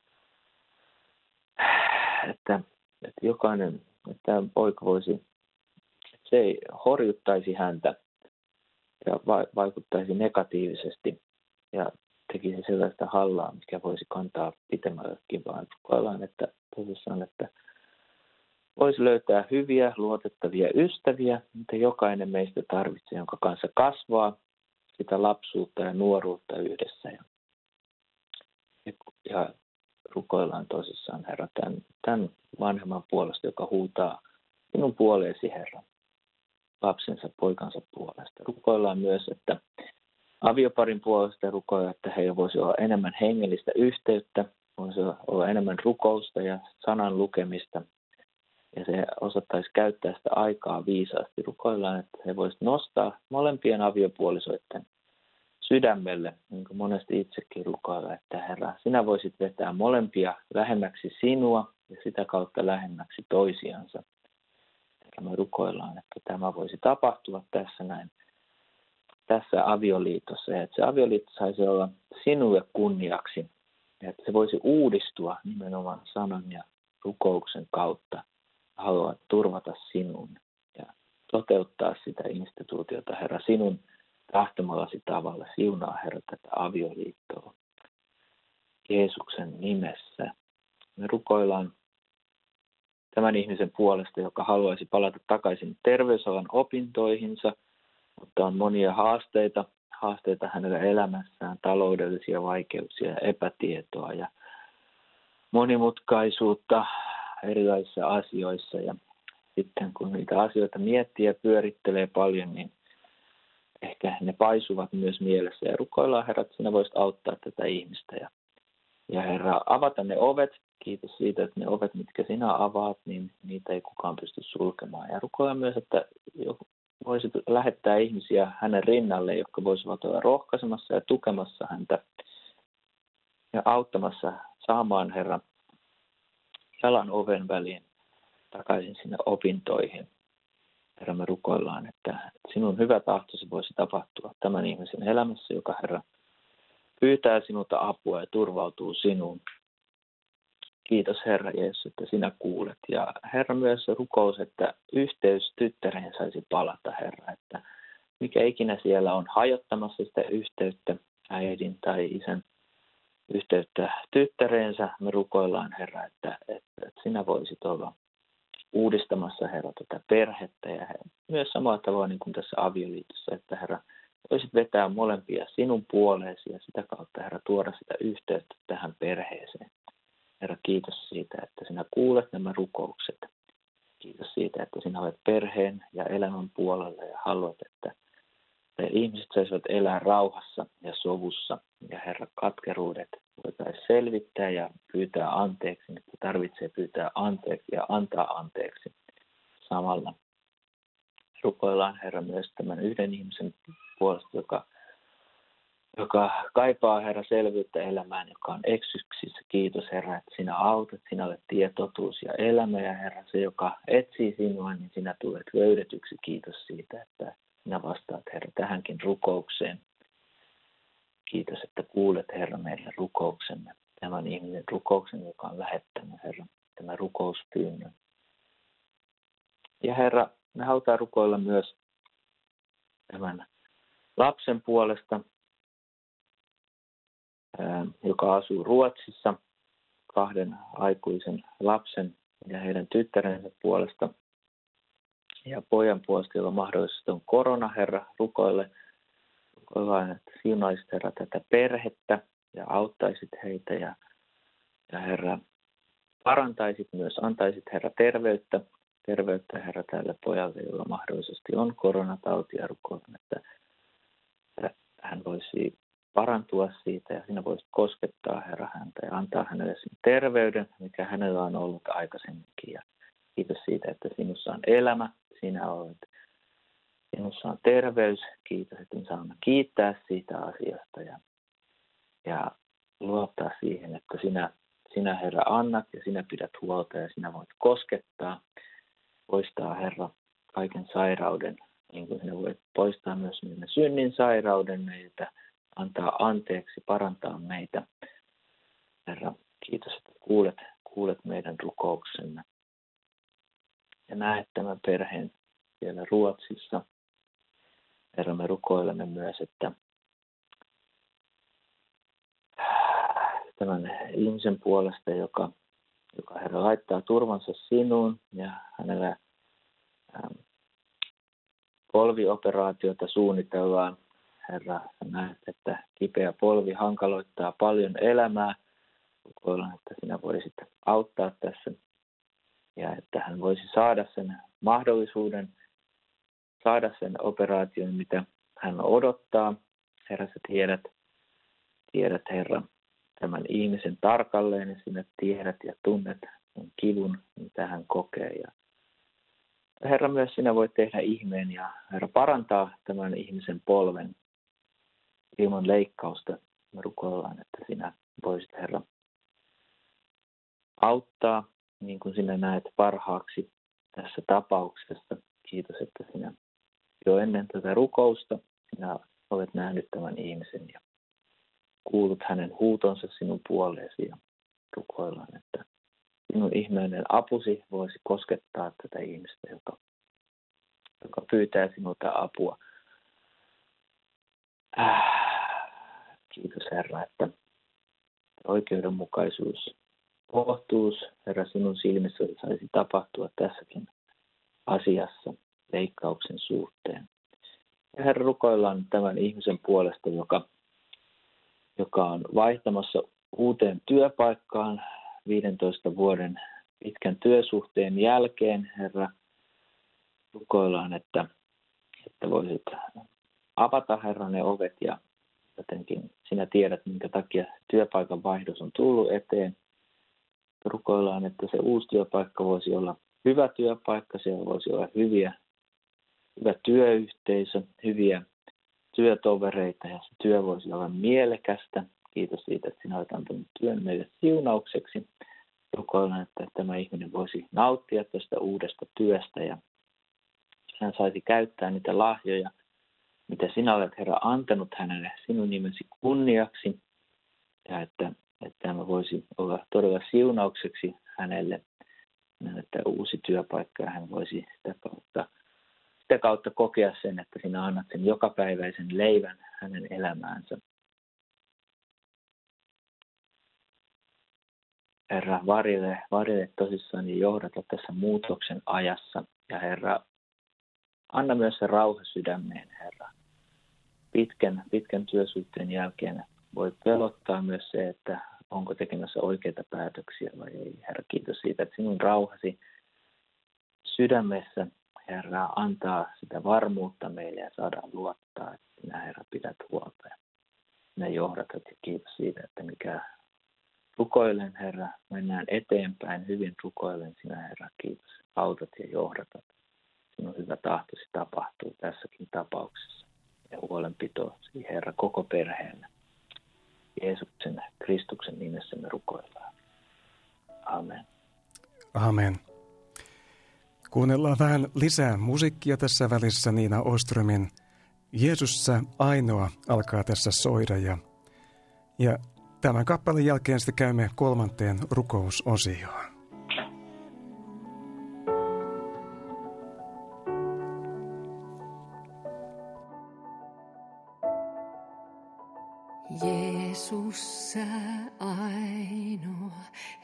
jokainen, että tämä poika voisi, että se ei horjuttaisi häntä ja vaikuttaisi negatiivisesti ja tekisi sellaista hallaa, mikä voisi kantaa pitemmällekin, vaan rukoillaan, että tosissaan, että voisi löytää hyviä, luotettavia ystäviä, mitä jokainen meistä tarvitsee, jonka kanssa kasvaa sitä lapsuutta ja nuoruutta yhdessä. Ja rukoillaan tosissaan, Herra, tämän vanhemman puolesta, joka huutaa minun puoleesi, Herra, lapsensa, poikansa puolesta. Rukoillaan myös, että avioparin puolesta rukoillaan, että heillä voisi olla enemmän hengellistä yhteyttä, voisi olla enemmän rukousta ja sanan lukemista, ja se osattaisi käyttää sitä aikaa viisaasti. Rukoillaan, että he voisivat nostaa molempien aviopuolisoiden sydämelle, niin kuin monesti itsekin rukoilla, että Herra, sinä voisit vetää molempia lähemmäksi sinua ja sitä kautta lähemmäksi toisiansa. Herra, me rukoillaan, että tämä voisi tapahtua tässä avioliitossa, ja että se avioliitto saisi olla sinulle kunniaksi, ja että se voisi uudistua nimenomaan sanan ja rukouksen kautta. Haluat turvata sinun ja toteuttaa sitä instituutiota, Herra, sinun tahtomallasi tavalla. Siunaa, Herra, tätä avioliittoa Jeesuksen nimessä. Me rukoillaan tämän ihmisen puolesta, joka haluaisi palata takaisin terveysalan opintoihinsa, mutta on monia haasteita hänellä elämässään, taloudellisia vaikeuksia ja epätietoa ja monimutkaisuutta erilaisissa asioissa. Ja sitten kun niitä asioita miettii ja pyörittelee paljon, niin ehkä ne paisuvat myös mielessä. Ja rukoillaan, Herra, että sinä voisit auttaa tätä ihmistä. Ja Herra, avata ne ovet. Kiitos siitä, että ne ovet, mitkä sinä avaat, niin niitä ei kukaan pysty sulkemaan. Ja rukoillaan myös, että voisit lähettää ihmisiä hänen rinnalle, jotka voisivat olla rohkaisemassa ja tukemassa häntä ja auttamassa saamaan, Herra, jalan oven väliin takaisin sinne opintoihin. Herra, me rukoillaan, että sinun hyvä tahtosi voisi tapahtua tämän ihmisen elämässä, joka, Herra, pyytää sinulta apua ja turvautuu sinuun. Kiitos, Herra Jeesus, että sinä kuulet. Ja Herra, myös rukous, että yhteys tyttäreen saisi palata, Herra, että mikä ikinä siellä on hajottamassa sitä yhteyttä äidin tai isän yhteyttä tyttäreensä, me rukoillaan, Herra, että sinä voisit olla uudistamassa, Herra, tätä perhettä ja myös samalla tavalla niin kuin tässä avioliitossa, että Herra, voisit vetää molempia sinun puoleesi ja sitä kautta, Herra, tuoda sitä yhteyttä tähän perheeseen. Herra, kiitos siitä, että sinä kuulet nämä rukoukset. Kiitos siitä, että sinä olet perheen ja elämän puolella ja haluat, että ihmiset saisivat elää rauhassa ja sovussa. Ja Herra, katkeruudet voitaisiin selvittää ja pyytää anteeksi, että tarvitsee pyytää anteeksi ja antaa anteeksi samalla. Rukoillaan, Herra, myös tämän yhden ihmisen puolesta, joka kaipaa, Herra, selvyyttä elämään, joka on eksyksissä. Kiitos, Herra, että sinä autat, sinä olet tie, totuus ja elämä. Ja Herra, se, joka etsii sinua, niin sinä tulet löydetyksi. Kiitos siitä, että sinä vastaat, Herra, tähänkin rukoukseen. Kiitos, että kuulet, Herra, meidän rukouksemme. Tämän ihmisen rukouksen, joka on lähettänyt, Herra, tämän rukouspyynnön. Ja Herra, me halutaan rukoilla myös tämän lapsen puolesta, joka asuu Ruotsissa, 2 aikuisen lapsen ja heidän tyttärensä puolesta. Ja pojan puolesta, jolla mahdollisesti on korona, Herra, rukoillaan, että siunaisit, Herra, tätä perhettä ja auttaisit heitä ja Herra, parantaisit myös, antaisit, Herra, terveyttä, Herra, tälle pojalle, jolla mahdollisesti on koronatauti ja rukoillaan, että hän voisi parantua siitä ja sinä voisit koskettaa, Herra, häntä ja antaa hänelle sen terveyden, mikä hänellä on ollut aikaisemminkin. Ja kiitos siitä, että sinussa on elämä, sinä olet, sinussa on terveys. Kiitos, että me saamme kiittää siitä asiasta ja luottaa siihen, että sinä, Herra, annat ja sinä pidät huolta ja sinä voit koskettaa, poistaa, Herra, kaiken sairauden, niin kuin sinä voit poistaa myös meidän synnin sairauden meiltä, antaa anteeksi, parantaa meitä. Herra, kiitos, että kuulet meidän rukouksemme. Ja näet tämän perheen siellä Ruotsissa. Herra, me rukoilemme myös, että tämän ihmisen puolesta, joka Herra laittaa turvansa sinuun ja hänellä polvioperaatiota suunnitellaan. Herra, näet, että kipeä polvi hankaloittaa paljon elämää. Rukoillaan, että sinä voisit auttaa tässä ja että hän voisi saada sen mahdollisuuden, saada sen operaation, mitä hän odottaa. Herra, sä tiedät, Herra, tämän ihmisen tarkalleen ja sinä tiedät ja tunnet sen kivun, mitä hän kokee. Ja Herra, myös sinä voit tehdä ihmeen ja Herra, parantaa tämän ihmisen polven ilman leikkausta. Me rukoillaan, että sinä voisit, Herra, auttaa niin kuin sinä näet parhaaksi tässä tapauksessa. Kiitos, että sinä jo ennen tätä rukousta sinä olet nähnyt tämän ihmisen ja kuulut hänen huutonsa sinun puoleesi ja rukoillaan, että sinun ihmeellinen apusi voisi koskettaa tätä ihmistä, joka pyytää sinulta apua. Kiitos, Herra, että oikeudenmukaisuus, kohtuus, Herra, sinun silmissä saisi tapahtua tässäkin asiassa leikkauksen suhteen. Ja Herra, rukoillaan tämän ihmisen puolesta, joka on vaihtamassa uuteen työpaikkaan 15 vuoden pitkän työsuhteen jälkeen. Herra, rukoillaan, että voisit avata, Herra, ne ovet ja jotenkin sinä tiedät, minkä takia työpaikan vaihdos on tullut eteen. Rukoillaan, että se uusi työpaikka voisi olla hyvä työpaikka, siellä voisi olla hyvä työyhteisö, hyviä työtovereita ja se työ voisi olla mielekästä. Kiitos siitä, että sinä olet antanut työn meille siunaukseksi. Rukoillaan, että tämä ihminen voisi nauttia tästä uudesta työstä ja hän saisi käyttää niitä lahjoja, mitä sinä olet, Herra, antanut hänelle sinun nimesi kunniaksi ja että tämä voisi olla todella siunaukseksi hänelle, että uusi työpaikka ja hän voisi sitä kautta kokea sen, että sinä annat sen jokapäiväisen leivän hänen elämäänsä. Herra, varjele tosissaan ja johdata tässä muutoksen ajassa. Ja Herra, anna myös se rauha sydämeen, Herra. Pitkän työsuhteen jälkeen voi pelottaa myös se, että onko tekemässä oikeita päätöksiä vai ei. Herra, kiitos siitä, että sinun rauhasi sydämessä, Herra, antaa sitä varmuutta meille ja saadaan luottaa, että sinä, Herra, pidät huolta ja sinä johdatat. Ja kiitos siitä, että mikä rukoilen, Herra, mennään eteenpäin, hyvin rukoilen sinä, Herra, kiitos. Autat ja johdatat. Sinun hyvä tahtosi tapahtuu tässäkin tapauksessa. Ja huolenpito, Herra, koko perheelle. Jeesuksen, Kristuksen nimessä me rukoillaan. Amen. Amen. Kuunnellaan vähän lisää musiikkia tässä välissä. Niina Åströmin Jeesus sä ainoa alkaa tässä soida. Ja tämän kappaleen jälkeen sitten käymme 3. rukousosioon. Jeesus sä ainoa,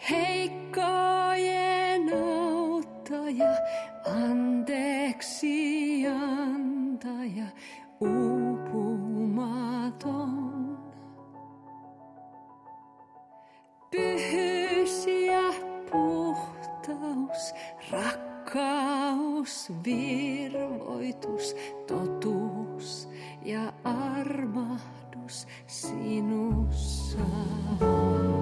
heikkojen auttaja, anteeksi antaja, uupumaton. Pyhyys ja puhtaus, rakkaus, virvoitus, totuus ja armahdus sinussa on.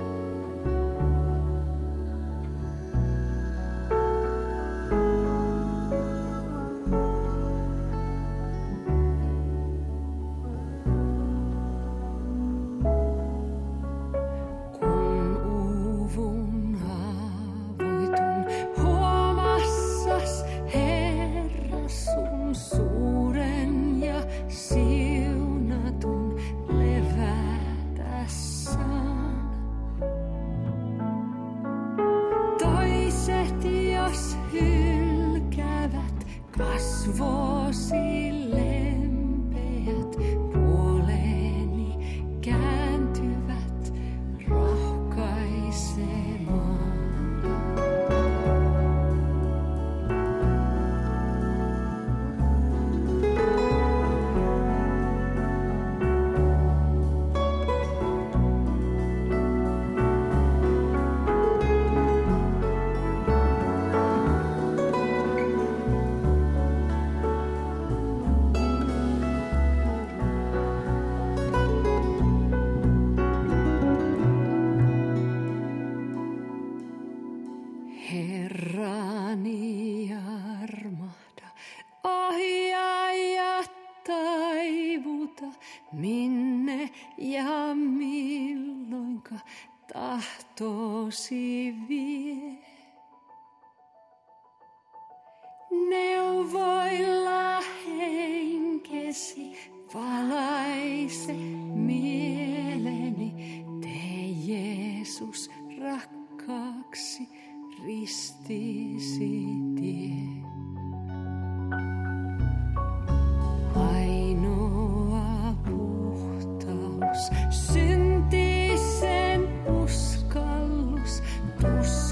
Minne ja milloinka tahtosi vie. Neuvoilla henkesi valaise mieleni. Tee Jeesus rakkaaksi ristisi tie. Syntisen uskallus,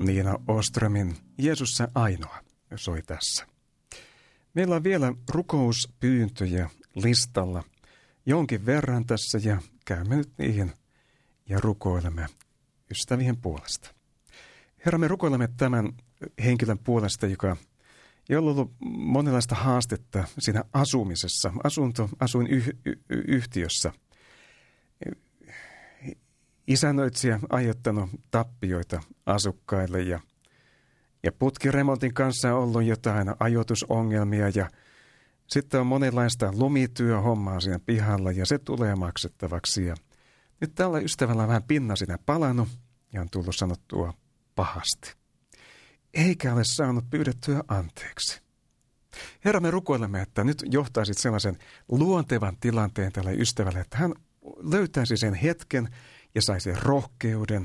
Niina Åströmin Jeesus sä ainoa soi tässä. Meillä on vielä rukouspyyntöjä listalla jonkin verran tässä ja käymme nyt niihin ja rukoilemme ystävien puolesta. Herra, me rukoilemme tämän henkilön puolesta, joka ei ole ollut monenlaista haastetta siinä asumisessa, asuinyhtiössä. Isännöitsijä aiheuttanut tappioita asukkaille ja putkiremontin kanssa on ollut jotain ajoitusongelmia ja sitten on monenlaista lumityöhommaa siinä pihalla ja se tulee maksettavaksi. Ja nyt tällä ystävällä on vähän pinna siinä palannut ja on tullut sanottua pahasti. Eikä ole saanut pyydettyä anteeksi. Herra, me rukoilemme, että nyt johtaisit sellaisen luontevan tilanteen tälle ystävälle, että hän löytäisi sen hetken ja saisi rohkeuden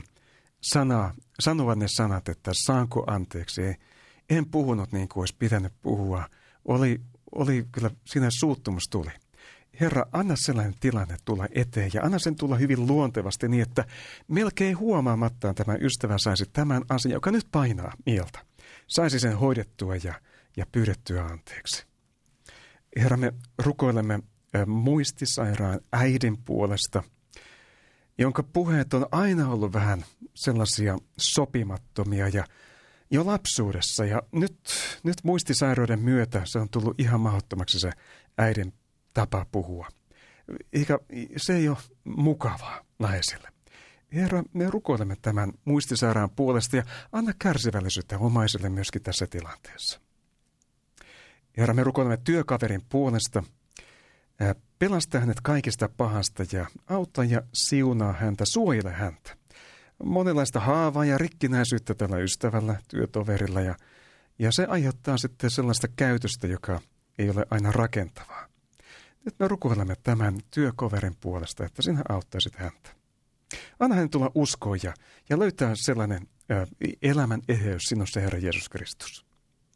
sanoa ne sanat, että saanko anteeksi. En puhunut niin kuin olisi pitänyt puhua. Oli kyllä, siinä suuttumus tuli. Herra, anna sellainen tilanne tulla eteen ja anna sen tulla hyvin luontevasti niin, että melkein huomaamattaan tämä ystävä saisi tämän asian, joka nyt painaa mieltä. Saisi sen hoidettua ja pyydettyä anteeksi. Herra, me rukoilemme muistisairaan äidin puolesta, jonka puheet on aina ollut vähän sellaisia sopimattomia ja jo lapsuudessa. Ja nyt muistisairauden myötä se on tullut ihan mahdottomaksi se äidin tapa puhua. Eikä se ei ole mukavaa läheisille. Herra, me rukoilemme tämän muistisairaan puolesta ja anna kärsivällisyyttä omaisille myöskin tässä tilanteessa. Herra, me rukoilemme työkaverin puolesta. Pelasta hänet kaikista pahasta ja auta ja siunaa häntä, suojele häntä. Monenlaista haavaa ja rikkinäisyyttä tällä ystävällä, työtoverilla ja se aiheuttaa sitten sellaista käytöstä, joka ei ole aina rakentavaa. Nyt me rukoilemme tämän työkaverin puolesta, että sinä auttaisit häntä. Anna hänen tulla uskoon ja löytää sellainen elämän eheys sinussa, Herra Jeesus Kristus.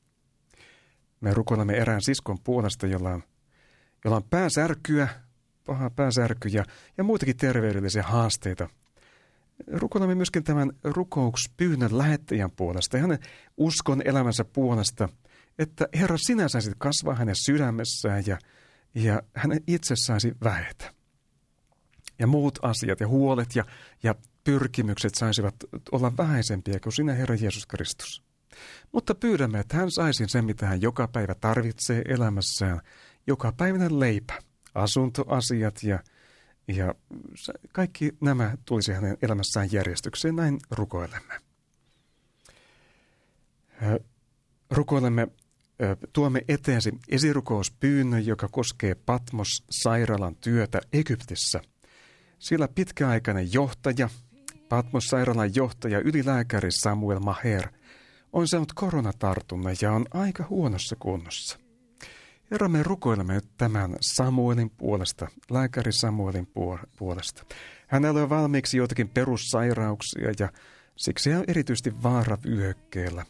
Me rukoilemme erään siskon puolesta, jolla on pääsärkyä, paha pääsärky ja muitakin terveydellisiä haasteita. Rukoilemme myöskin tämän rukouspyynnön lähettäjän puolesta ja hänen uskon elämänsä puolesta, että Herra, sinä saisit kasvaa hänen sydämessään ja hänen itse saisi vähetä. Ja muut asiat ja huolet ja pyrkimykset saisivat olla vähäisempiä kuin sinä, Herra Jeesus Kristus. Mutta pyydämme, että hän saisi sen, mitä hän joka päivä tarvitsee elämässään, joka päiväinen leipä, asuntoasiat ja kaikki nämä tulisi hänen elämässään järjestykseen, näin rukoilemme. Tuomme eteesi esirukouspyynnön, joka koskee Patmos-sairaalan työtä Egyptissä. Sillä pitkäaikainen johtaja, Patmos-sairaalan johtaja, ylilääkäri Samuel Maher, on saanut koronatartunnan ja on aika huonossa kunnossa. Herra, me rukoilemme nyt tämän Samuelin puolesta, lääkäri Samuelin puolesta. Hänellä on valmiiksi joitakin perussairauksia ja siksi hän on erityisesti vaaravyöhykkeellä.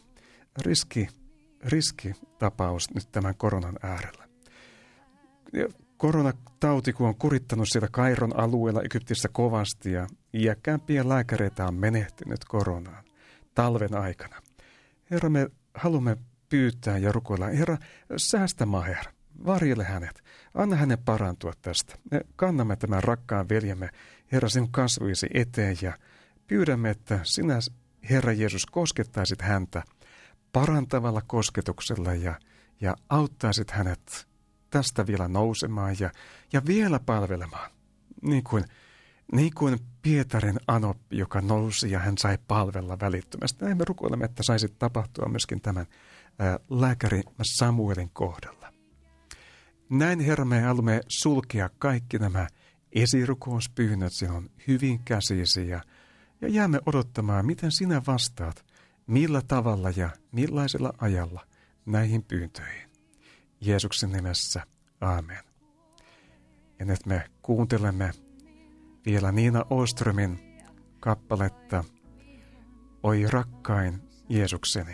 Riskitapaus nyt tämän koronan äärellä. Koronatauti, kun on kurittanut siellä Kairon alueella Egyptissä kovasti ja iäkkäämpiä lääkäreitä on menehtynyt koronaan talven aikana. Herra, me haluamme pyytää ja rukoilla. Herra, säästä Maher, varjele hänet, anna hänen parantua tästä. Me kannamme tämän rakkaan veljemme, Herra, sinun kasvuisi eteen ja pyydämme, että sinä, Herra Jeesus, koskettaisit häntä parantavalla kosketuksella ja auttaisit hänet tästä vielä nousemaan ja vielä palvelemaan. Niin kuin Pietarin anoppi, joka nousi ja hän sai palvella välittömästi. Näin me rukoilemme, että saisi tapahtua myöskin tämän lääkäri Samuelin kohdalla. Näin, Herra, me haluamme sulkea kaikki nämä esirukouspyynnöt sinun hyvin käsisi ja jäämme odottamaan, miten sinä vastaat, millä tavalla ja millaisella ajalla näihin pyyntöihin. Jeesuksen nimessä, aamen. Ja nyt me kuuntelemme vielä Niina Åströmin kappaletta Oi rakkain Jeesukseni.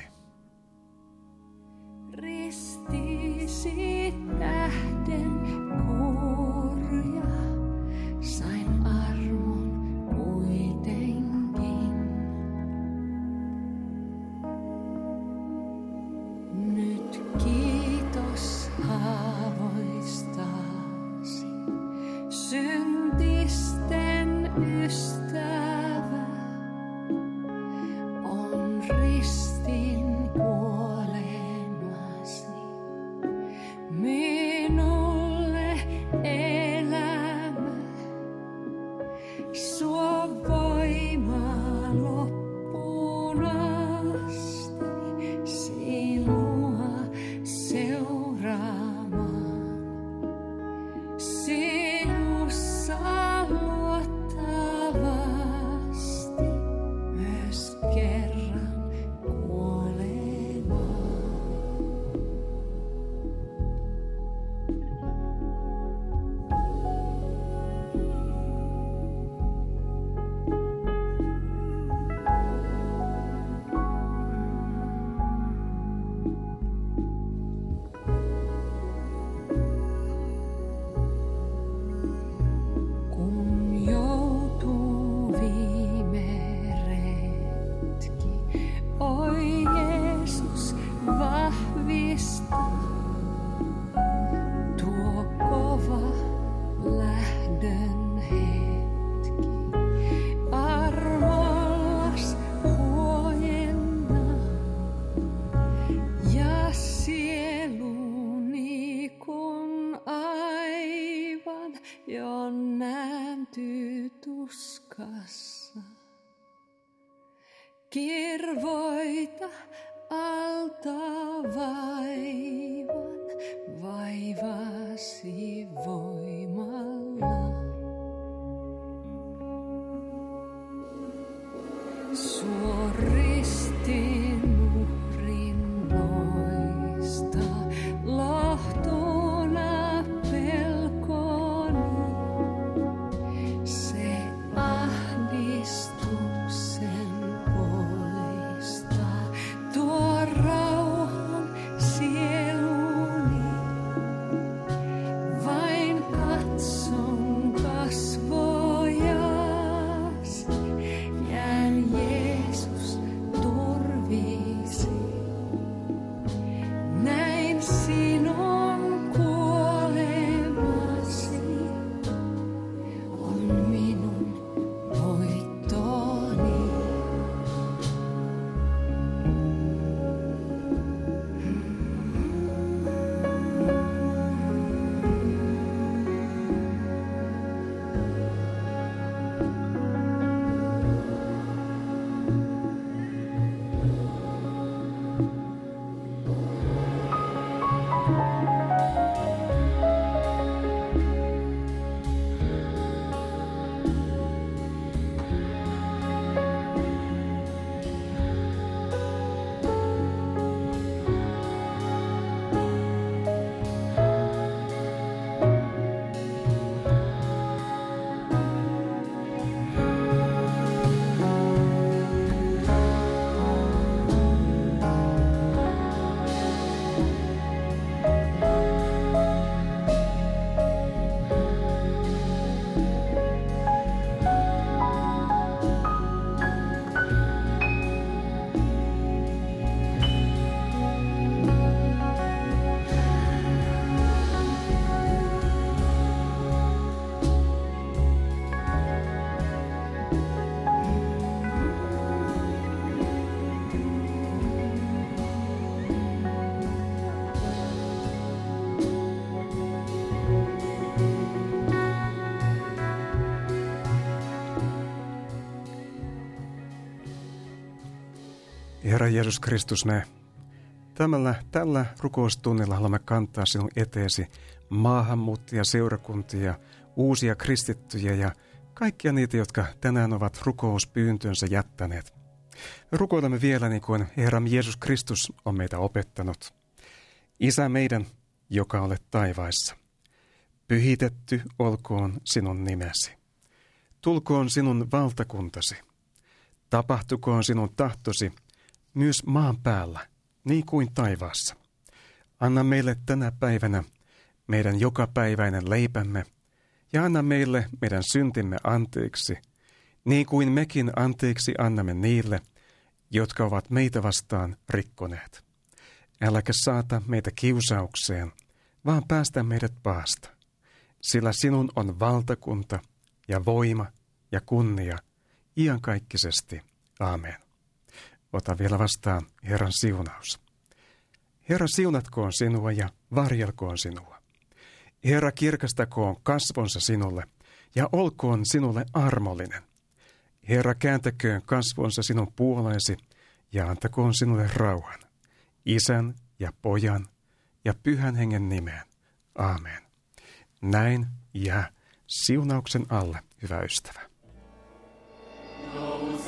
Ristisi tähden korja, sain armon kuitenkin. ristin kuolemasi minulle elämä, sua voimaa loppuun asti, sinua seuraamaan, sinussa luottavasti myös kerran kuolemaan. Kun joutuu viime retki, oi Jeesus vahvista, tuo kova lähdön hetki, armollas huojenna ja sieluni kun aivan jo nääntyy tuskassa. Kirvoita alta vaivan, vaivasi voimalla. Suoristin uhrin loista, lohtuna pelkoni, se ahdistuksen poistaa, tuo rauhan sieluni. Vain katson kasvojasi, jään Jeesus turvisi. Näin sinun kuolemasi on minun voittoni. Herra Jeesus Kristus, me tällä rukoustunnilla haluamme kantaa sinun eteesi maahanmuuttajaseurakuntia, uusia kristittyjä ja kaikkia niitä, jotka tänään ovat rukouspyyntönsä jättäneet. Me rukoilemme vielä niin kuin Herra Jeesus Kristus on meitä opettanut. Isä meidän, joka olet taivaissa, pyhitetty olkoon sinun nimesi. Tulkoon sinun valtakuntasi. Tapahtukoon sinun tahtosi myös maan päällä, niin kuin taivaassa. Anna meille tänä päivänä meidän jokapäiväinen leipämme ja anna meille meidän syntimme anteeksi, niin kuin mekin anteeksi annamme niille, jotka ovat meitä vastaan rikkoneet. Äläkä saata meitä kiusaukseen, vaan päästä meidät pahasta, sillä sinun on valtakunta ja voima ja kunnia iankaikkisesti. Aamen. ota vielä vastaan Herran siunaus. Herra siunatkoon sinua ja varjelkoon sinua. Herra kirkastakoon kasvonsa sinulle ja olkoon sinulle armollinen. Herra kääntäköön kasvonsa sinun puoleesi ja antakoon sinulle rauhan. Isän ja Pojan ja Pyhän Hengen nimeen. Aamen. Näin jää siunauksen alle, hyvä ystävä. Nousi